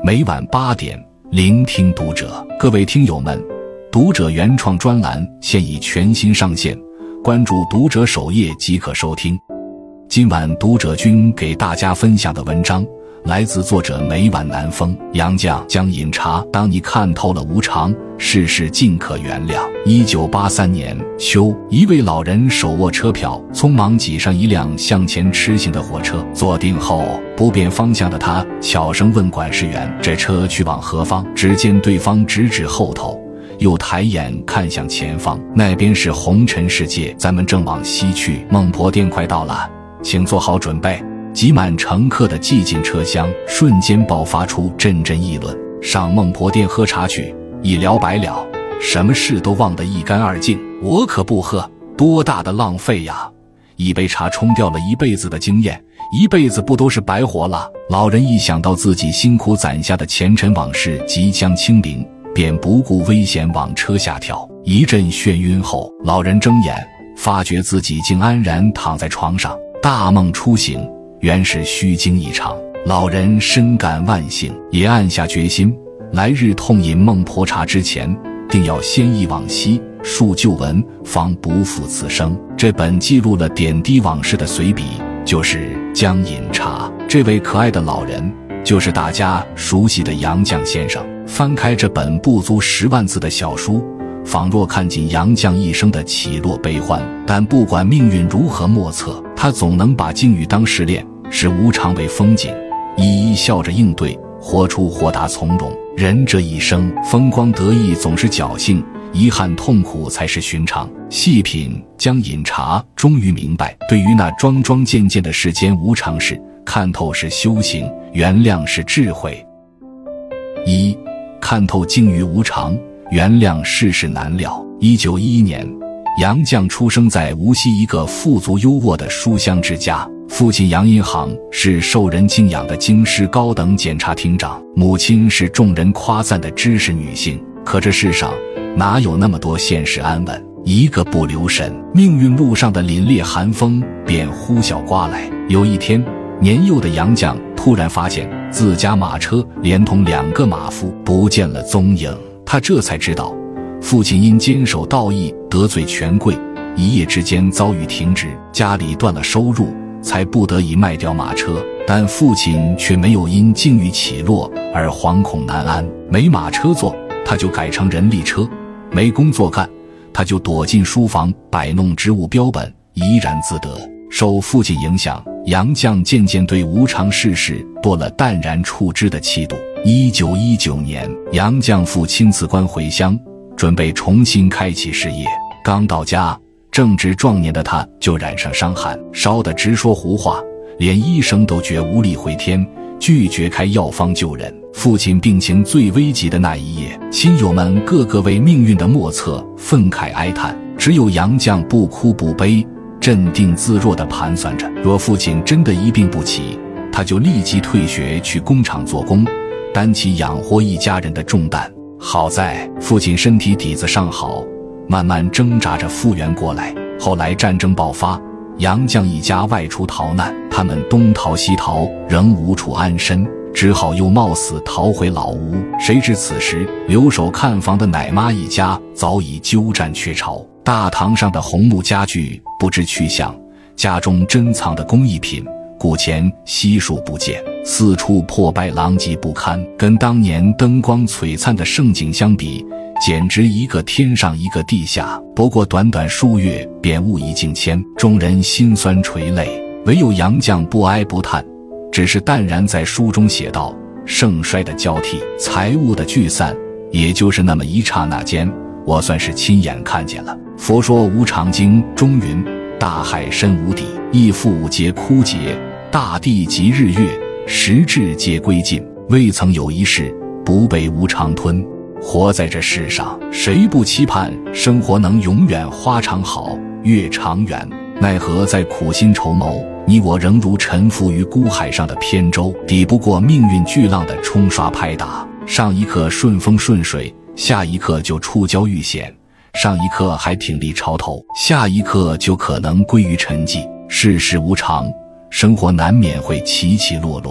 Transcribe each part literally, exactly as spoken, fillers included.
每晚八点，聆听读者。各位听友们，读者原创专栏现已全新上线，关注读者首页即可收听。今晚读者君给大家分享的文章来自作者每晚南风。杨绛将饮茶。当你看透了无常，世事尽可原谅。一九八三年秋，一位老人手握车票，匆忙挤上一辆向前驰行的火车。坐定后，不辨方向的他悄声问管事员：“这车去往何方？”只见对方直指后头，又抬眼看向前方，那边是红尘世界，咱们正往西去。孟婆店快到了，请做好准备。挤满乘客的寂静车厢瞬间爆发出阵阵议论。上孟婆店喝茶去，一了百了，什么事都忘得一干二净。我可不喝，多大的浪费呀！一杯茶冲掉了一辈子的经验，一辈子不都是白活了？老人一想到自己辛苦攒下的前尘往事即将清零，便不顾危险往车下跳。一阵眩晕后，老人睁眼，发觉自己竟安然躺在床上，大梦初醒，原是虚惊一场。老人深感万幸，也暗下决心，来日痛饮孟婆茶之前，定要先忆往昔，述旧闻，方不负此生。这本记录了点滴往事的随笔，就是《将饮茶》。这位可爱的老人，就是大家熟悉的杨绛先生。翻开这本不足十万字的小书，仿若看尽杨绛一生的起落悲欢。但不管命运如何莫测，他总能把境遇当试炼，视无常为风景，一一笑着应对，活出豁达从容。人这一生，风光得意总是侥幸，遗憾痛苦才是寻常。细品将饮茶，终于明白，对于那桩桩件件的世间无常事，看透是修行，原谅是智慧。一，看透境遇无常，原谅世事难料。一九一一年，杨绛出生在无锡一个富足优渥的书香之家。父亲杨荫行是受人敬仰的京师高等检察厅长，母亲是众人夸赞的知识女性。可这世上哪有那么多现实安稳？一个不留神，命运路上的凛冽寒风便呼啸刮来。有一天，年幼的杨绛突然发现自家马车连同两个马夫不见了踪影。他这才知道，父亲因坚守道义得罪权贵，一夜之间遭遇停职，家里断了收入，才不得已卖掉马车。但父亲却没有因境遇起落而惶恐难安。没马车坐，他就改成人力车；没工作干，他就躲进书房摆弄职务标本，怡然自得。受父亲影响，杨绛渐渐对无常世事多了淡然处之的气度。一九一九年，杨绛父亲辞官回乡，准备重新开启事业。刚到家，正值壮年的他就染上伤寒，烧得直说胡话，连医生都觉无力回天，拒绝开药方救人。父亲病情最危急的那一夜，亲友们个个为命运的莫测愤慨哀叹，只有杨绛不哭不悲，镇定自若地盘算着，若父亲真的一病不起，他就立即退学去工厂做工，担起养活一家人的重担。好在父亲身体底子尚好，慢慢挣扎着复原过来。后来战争爆发，杨绛一家外出逃难，他们东逃西逃，仍无处安身，只好又冒死逃回老屋。谁知此时留守看房的奶妈一家早已鸠占鹊巢，大堂上的红木家具不知去向，家中珍藏的工艺品古钱悉数不见，四处破败狼藉不堪，跟当年灯光璀璨的盛景相比，简直一个天上一个地下。不过短短数月便物已境迁，众人心酸垂泪，唯有杨绛不哀不叹，只是淡然在书中写道：盛衰的交替，财物的聚散，也就是那么一刹那间，我算是亲眼看见了。佛说无常经中云：大海深无底，亦复皆枯竭，大地及日月时至皆归尽，未曾有一事不被无常吞。活在这世上，谁不期盼生活能永远花常好，月长圆？奈何在苦心筹谋，你我仍如沉浮于孤海上的扁舟，抵不过命运巨浪的冲刷拍打。上一刻顺风顺水，下一刻就触礁遇险；上一刻还挺立潮头，下一刻就可能归于沉寂。世事无常，生活难免会起起落落。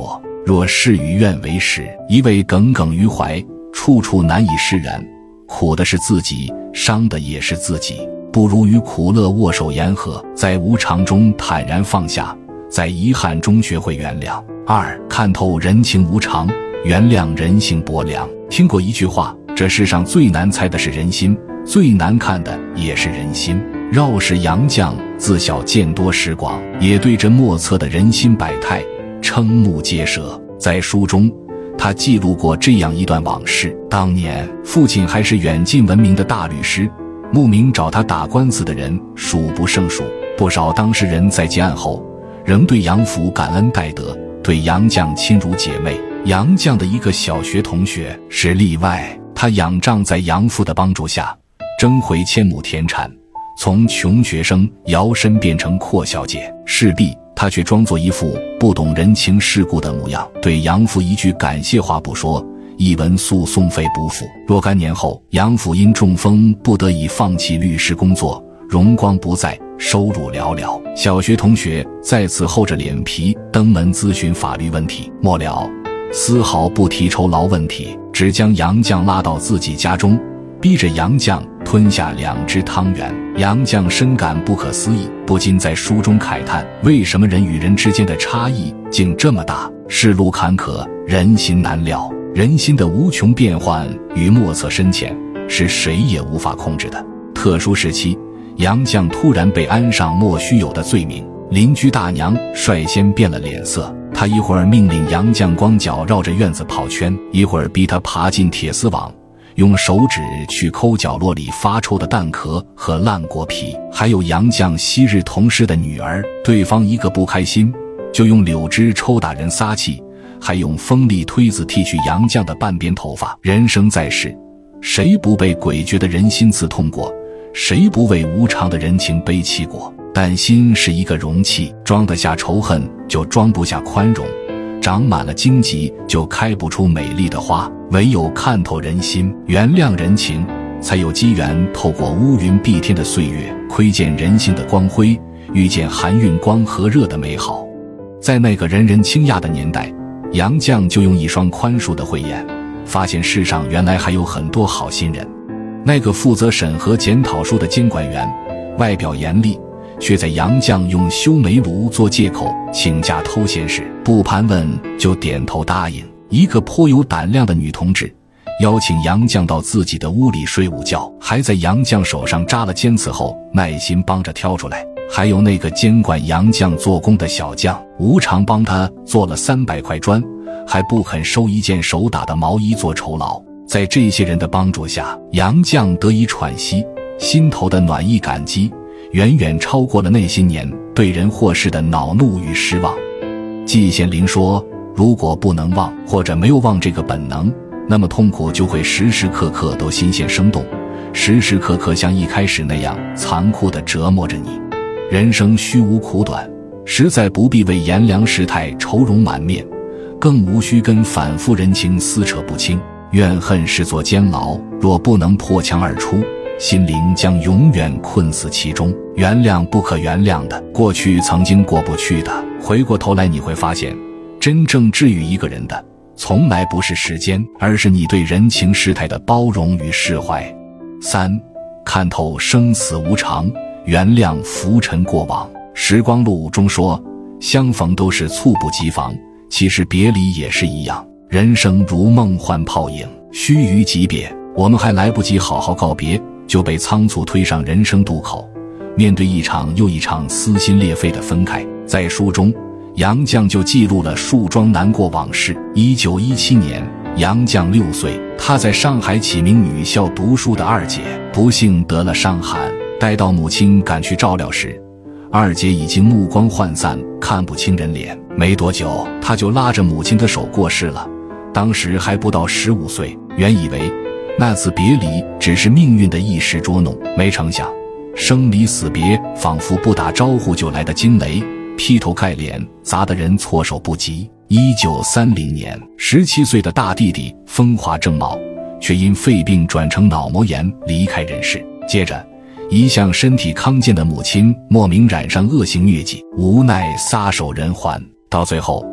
若事与愿违时，一味耿耿于怀，处处难以释然，苦的是自己，伤的也是自己，不如与苦乐握手言和，在无常中坦然放下，在遗憾中学会原谅。二，看透人情无常，原谅人性薄凉。听过一句话，这世上最难猜的是人心，最难看的也是人心。绕史杨绛自小见多识广，也对这莫测的人心百态瞠目结舌。在书中，他记录过这样一段往事：当年父亲还是远近闻名的大律师，慕名找他打官司的人数不胜数，不少当事人在结案后仍对杨府感恩戴德，对杨绛亲如姐妹。杨绛的一个小学同学是例外，他仰仗在杨父的帮助下争回千亩田产，从穷学生摇身变成阔小姐。势必他却装作一副不懂人情世故的模样，对杨父一句感谢话不说，一文诉讼费不付。若干年后，杨父因中风不得已放弃律师工作，荣光不再，收入寥寥。小学同学再次厚着脸皮登门咨询法律问题，末了丝毫不提酬劳问题，只将杨绛拉到自己家中，逼着杨绛吞下两只汤圆。杨绛深感不可思议，不禁在书中慨叹，为什么人与人之间的差异竟这么大？世路坎坷，人心难料，人心的无穷变幻与莫测深浅，是谁也无法控制的。特殊时期，杨绛突然被安上莫须有的罪名，邻居大娘率先变了脸色，她一会儿命令杨绛光脚绕着院子跑圈，一会儿逼他爬进铁丝网，用手指去抠角落里发臭的蛋壳和烂果皮。还有杨绛昔日同事的女儿，对方一个不开心就用柳枝抽打人撒气，还用锋利推子剃去杨绛的半边头发。人生在世，谁不被诡谲的人心刺痛过？谁不为无常的人情悲泣过？但心是一个容器，装得下仇恨就装不下宽容，长满了荆棘就开不出美丽的花。唯有看透人心，原谅人情，才有机缘透过乌云蔽天的岁月，窥见人性的光辉，遇见含蕴光和热的美好。在那个人人倾轧的年代，杨绛就用一双宽恕的慧眼，发现世上原来还有很多好心人。那个负责审核检讨书的监管员，外表严厉，却在杨绛用修煤炉做借口请假偷闲时，不盘问就点头答应。一个颇有胆量的女同志邀请杨绛到自己的屋里睡午觉，还在杨绛手上扎了尖刺后耐心帮着挑出来。还有那个监管杨绛做工的小将，无偿帮他做了三百块砖，还不肯收一件手打的毛衣做酬劳。在这些人的帮助下，杨绛得以喘息，心头的暖意感激远远超过了那些年对人或事的恼怒与失望。季羡林说，如果不能忘，或者没有忘这个本能，那么痛苦就会时时刻刻都新鲜生动，时时刻刻像一开始那样残酷地折磨着你。人生虚无苦短，实在不必为炎凉世态愁容满面，更无需跟反复人情撕扯不清。怨恨是座监牢，若不能破墙而出，心灵将永远困死其中。原谅不可原谅的，过去曾经过不去的，回过头来你会发现，真正治愈一个人的从来不是时间，而是你对人情世态的包容与释怀。三，看透生死无常，原谅浮尘过往。时光录中说，相逢都是猝不及防，其实别离也是一样。人生如梦幻泡影，须臾即别，我们还来不及好好告别，就被仓促推上人生渡口，面对一场又一场撕心裂肺的分开。在书中，杨绛就记录了数桩难过往事。一九一七年，杨绛六岁，她在上海启明女校读书的二姐不幸得了伤寒，待到母亲赶去照料时，二姐已经目光涣散，看不清人脸。没多久，她就拉着母亲的手过世了，当时还不到十五岁。原以为那次别离只是命运的一时捉弄，没成想生离死别仿佛不打招呼就来的惊雷，劈头盖脸砸得人措手不及。一九三零年，十七岁的大弟弟风华正茂，却因肺病转成脑膜炎离开人世。接着，一向身体康健的母亲莫名染上恶性疟疾，无奈撒手人寰。到最后，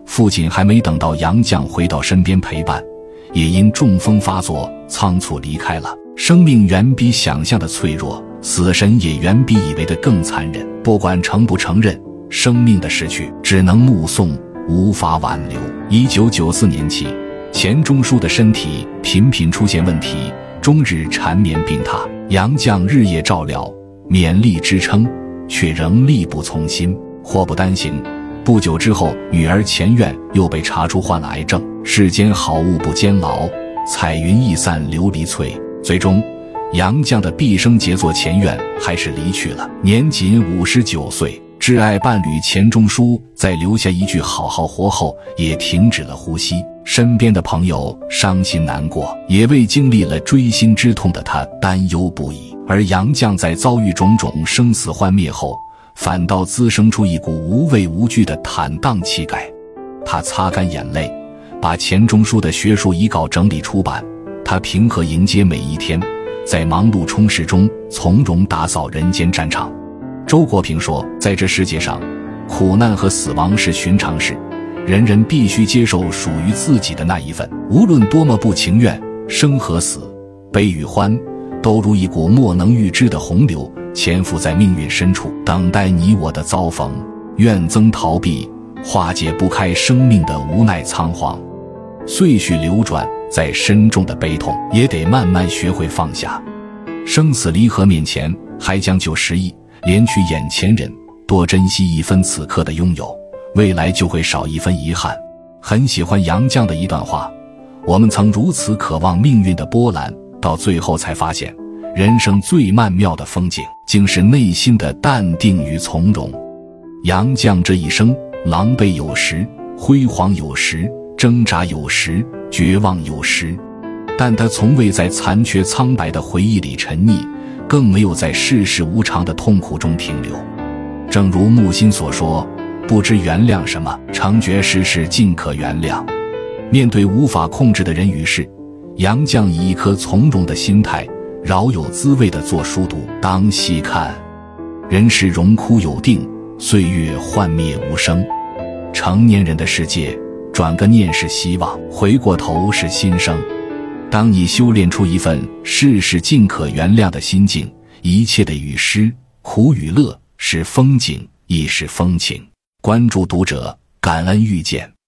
父亲还没等到杨绛回到身边陪伴，也因中风发作仓促离开了。生命远比想象的脆弱，死神也远比以为的更残忍。不管承不承认，生命的逝去只能目送，无法挽留。一九九四年起，钱钟书的身体频频出现问题，终日缠绵病榻。杨绛日夜照料，勉力支撑，却仍力不从心。祸不单行，不久之后，女儿钱院又被查出患了癌症。世间好物不坚牢，彩云易散琉璃脆。最终，杨绛的毕生杰作钱院还是离去了，年仅五十九岁。挚爱伴侣钱钟书在留下一句好好活后，也停止了呼吸。身边的朋友伤心难过，也为经历了锥心之痛的他担忧不已。而杨绛在遭遇种种生死幻灭后，反倒滋生出一股无畏无惧的坦荡气概。他擦干眼泪，把钱钟书的学术遗稿整理出版。他平和迎接每一天，在忙碌充实中从容打扫人间战场。周国平说，在这世界上，苦难和死亡是寻常事，人人必须接受属于自己的那一份。无论多么不情愿，生和死，悲与欢，都如一股莫能预知的洪流，潜伏在命运深处，等待你我的遭逢。怨憎逃避，化解不开生命的无奈仓皇。岁序流转，再深重的悲痛，也得慢慢学会放下。生死离合面前，还将就时意，怜取眼前人，多珍惜一分此刻的拥有，未来就会少一分遗憾。很喜欢杨绛的一段话，我们曾如此渴望命运的波澜，到最后才发现，人生最曼妙的风景，竟是内心的淡定与从容。杨绛这一生，狼狈有时，辉煌有时，挣扎有时，绝望有时，但他从未在残缺苍白的回忆里沉溺，更没有在世事无常的痛苦中停留。正如木心所说，不知原谅什么，常觉世事尽可原谅。面对无法控制的人与事，杨绛以一颗从容的心态，饶有滋味地做书读。当细看，人世荣枯有定，岁月幻灭无声。成年人的世界，转个念是希望，回过头是新生。当你修炼出一份世事尽可原谅的心境，一切的与失，苦与乐，是风景亦是风情。关注读者，感恩遇见。